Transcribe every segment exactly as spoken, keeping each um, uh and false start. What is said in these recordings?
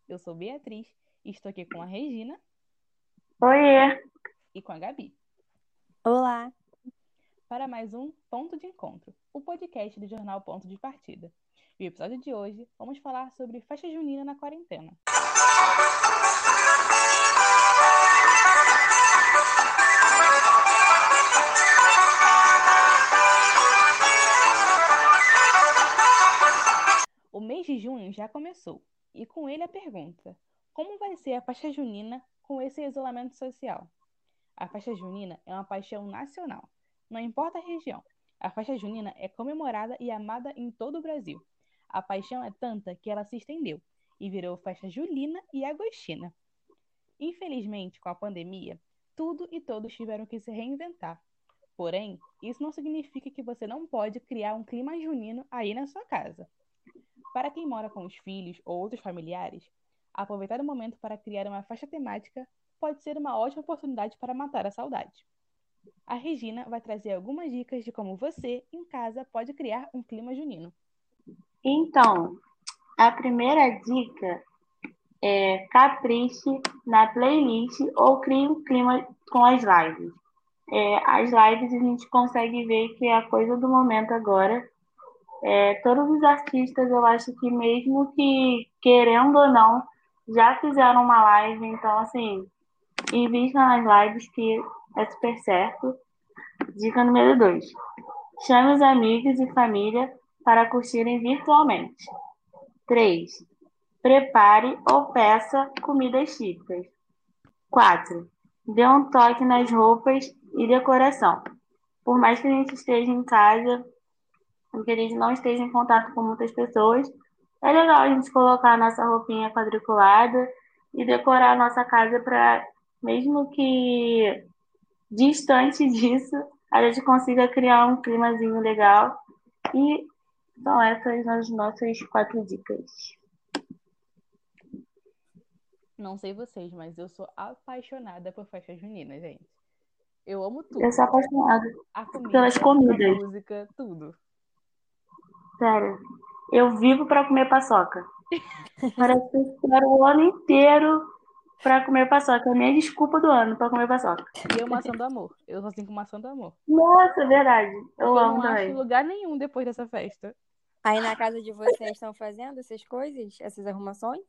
Eu sou Beatriz e estou aqui com a Regina Oiê! e com a Gabi Olá! para mais um Ponto de Encontro, o podcast do jornal Ponto de Partida. E no episódio de hoje vamos falar sobre festa junina na quarentena. O mês de junho já começou e com ele a pergunta: como vai ser a festa junina com esse isolamento social? A festa junina é uma paixão nacional, não importa a região. A festa junina é comemorada e amada em todo o Brasil. A paixão é tanta que ela se estendeu e virou festa julina e agostina. Infelizmente, com a pandemia, tudo e todos tiveram que se reinventar. Porém, isso não significa que você não pode criar um clima junino aí na sua casa. Para quem mora com os filhos ou outros familiares, aproveitar o momento para criar uma festa temática pode ser uma ótima oportunidade para matar a saudade. A Regina vai trazer algumas dicas de como você, em casa, pode criar um clima junino. Então, a primeira dica é capriche na playlist ou crie um clima com as lives. É, as lives a gente consegue ver que é a coisa do momento agora. É, todos os artistas, eu acho que mesmo que querendo ou não, já fizeram uma live. Então, assim, invista nas lives que é super certo. Dica número dois. Chame os amigos e família para curtirem virtualmente. três. Prepare ou peça comidas típicas. quatro. Dê um toque nas roupas e decoração. Por mais que a gente esteja em casa, que a gente não esteja em contato com muitas pessoas, é legal a gente colocar a nossa roupinha quadriculada e decorar a nossa casa para, mesmo que distante disso, a gente consiga criar um climazinho legal. E são essas as nossas quatro dicas. Não sei vocês, mas eu sou apaixonada por festa junina, gente. Eu amo tudo. Eu sou apaixonada A comida, pelas a comidas. música, tudo. Sério. Eu vivo para comer paçoca. Parece que eu espero o ano inteiro para comer paçoca. É a minha desculpa do ano para comer paçoca. E eu maçã do amor. Eu sou assim com maçã do amor. Nossa, é verdade. Eu Porque eu amo não acho também. lugar nenhum depois dessa festa. Aí na casa de vocês estão fazendo essas coisas, essas arrumações?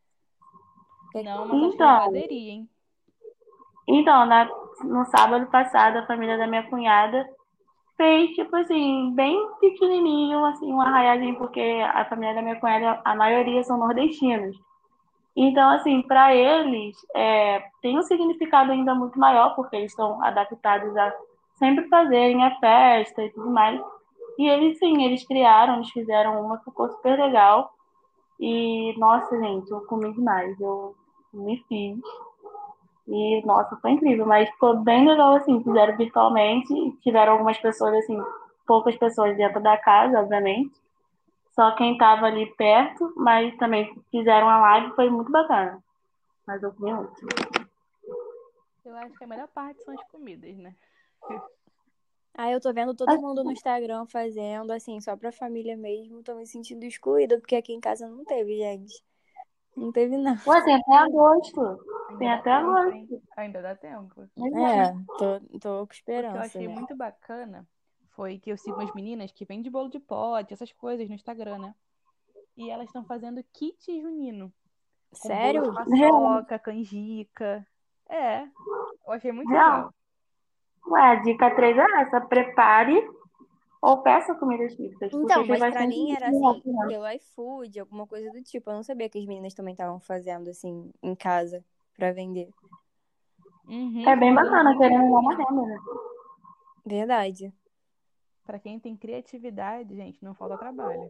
Que- Não, mas acho que Então, poderia, hein? então na, no sábado passado, a família da minha cunhada fez, tipo assim, bem pequenininho, assim, um arraiazinho, porque a família da minha cunhada, a maioria são nordestinos. Então, assim, para eles, é, tem um significado ainda muito maior, porque eles estão adaptados a sempre fazerem a festa e tudo mais. E eles, sim, eles criaram, eles fizeram uma que ficou super legal. E, nossa, gente, eu comi demais. Eu me fiz. E, nossa, foi incrível. Mas ficou bem legal, assim, fizeram virtualmente. Tiveram algumas pessoas, assim, poucas pessoas dentro da casa, obviamente. Só quem tava ali perto, mas também fizeram a live, foi muito bacana. Mas eu comi muito. Eu acho que a melhor parte são as comidas, né? Ah, eu tô vendo todo mundo no Instagram fazendo, assim, só pra família mesmo. Tô me sentindo excluída, porque aqui em casa não teve, gente. Não teve, não. Ué, tem até agosto. Ainda Tem dá até tempo, hein? agosto. Ainda dá tempo. É, tô, tô com O que eu esperança, achei né? muito bacana foi que eu sigo umas meninas que vendem bolo de pote, essas coisas no Instagram, né? E elas estão fazendo kit junino, com bolo de Sério? Real, paçoca, canjica. É, eu achei muito real. legal. Ué, a dica três é essa. Prepare ou peça comidas típicas. Então, Porque tem mas pra bastante mim gente era assim, né? pelo iFood, alguma coisa do tipo. Eu não sabia que as meninas também estavam fazendo, assim, em casa, pra vender. Uhum, É estão bem fazendo bacana, kit querendo dar uma junino. renda, né? Verdade. Pra quem tem criatividade, gente, não falta trabalho.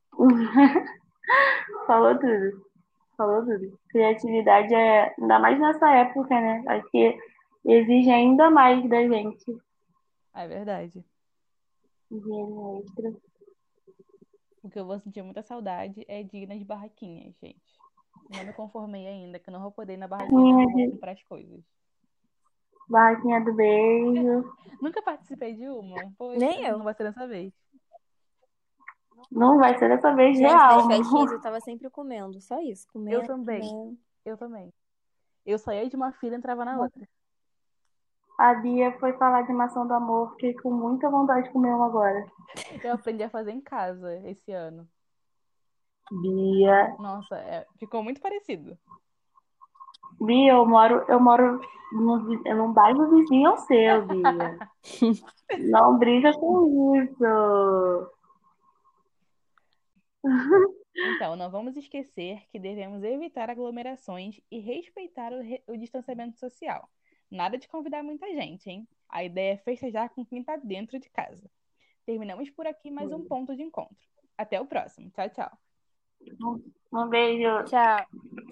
Falou tudo. Falou tudo. Criatividade é, ainda mais nessa época, né? Acho que exige ainda mais da gente. É verdade. Engenho extra. O que eu vou sentir muita saudade é de ir nas barraquinhas, gente. Não me conformei ainda, que eu não vou poder ir na barraquinha da Barraquinha, vovó de, comprar as coisas. barraquinha do beijo. Nunca participei de uma. Poxa, Nem não eu. vai ser dessa vez. Não vai ser dessa vez Gente, real. nas festinhas eu tava sempre comendo, só isso. Eu Comendo, também. comendo. Eu também. Eu saía de uma fila e entrava na outra. A Bia foi falar de maçã do amor, fiquei com muita vontade de comer uma agora. Eu aprendi a fazer em casa esse ano. Bia, Nossa, é, ficou muito parecido. Bia, eu moro, eu moro num, vi- num bairro vizinho ao seu, Bia. Não brinca com isso. Então, não vamos esquecer que devemos evitar aglomerações e respeitar o, re- o distanciamento social. Nada de convidar muita gente, hein? A ideia é festejar com quem tá dentro de casa. Terminamos por aqui mais um ponto de encontro. Até o próximo. Tchau, tchau. Um um beijo. Tchau.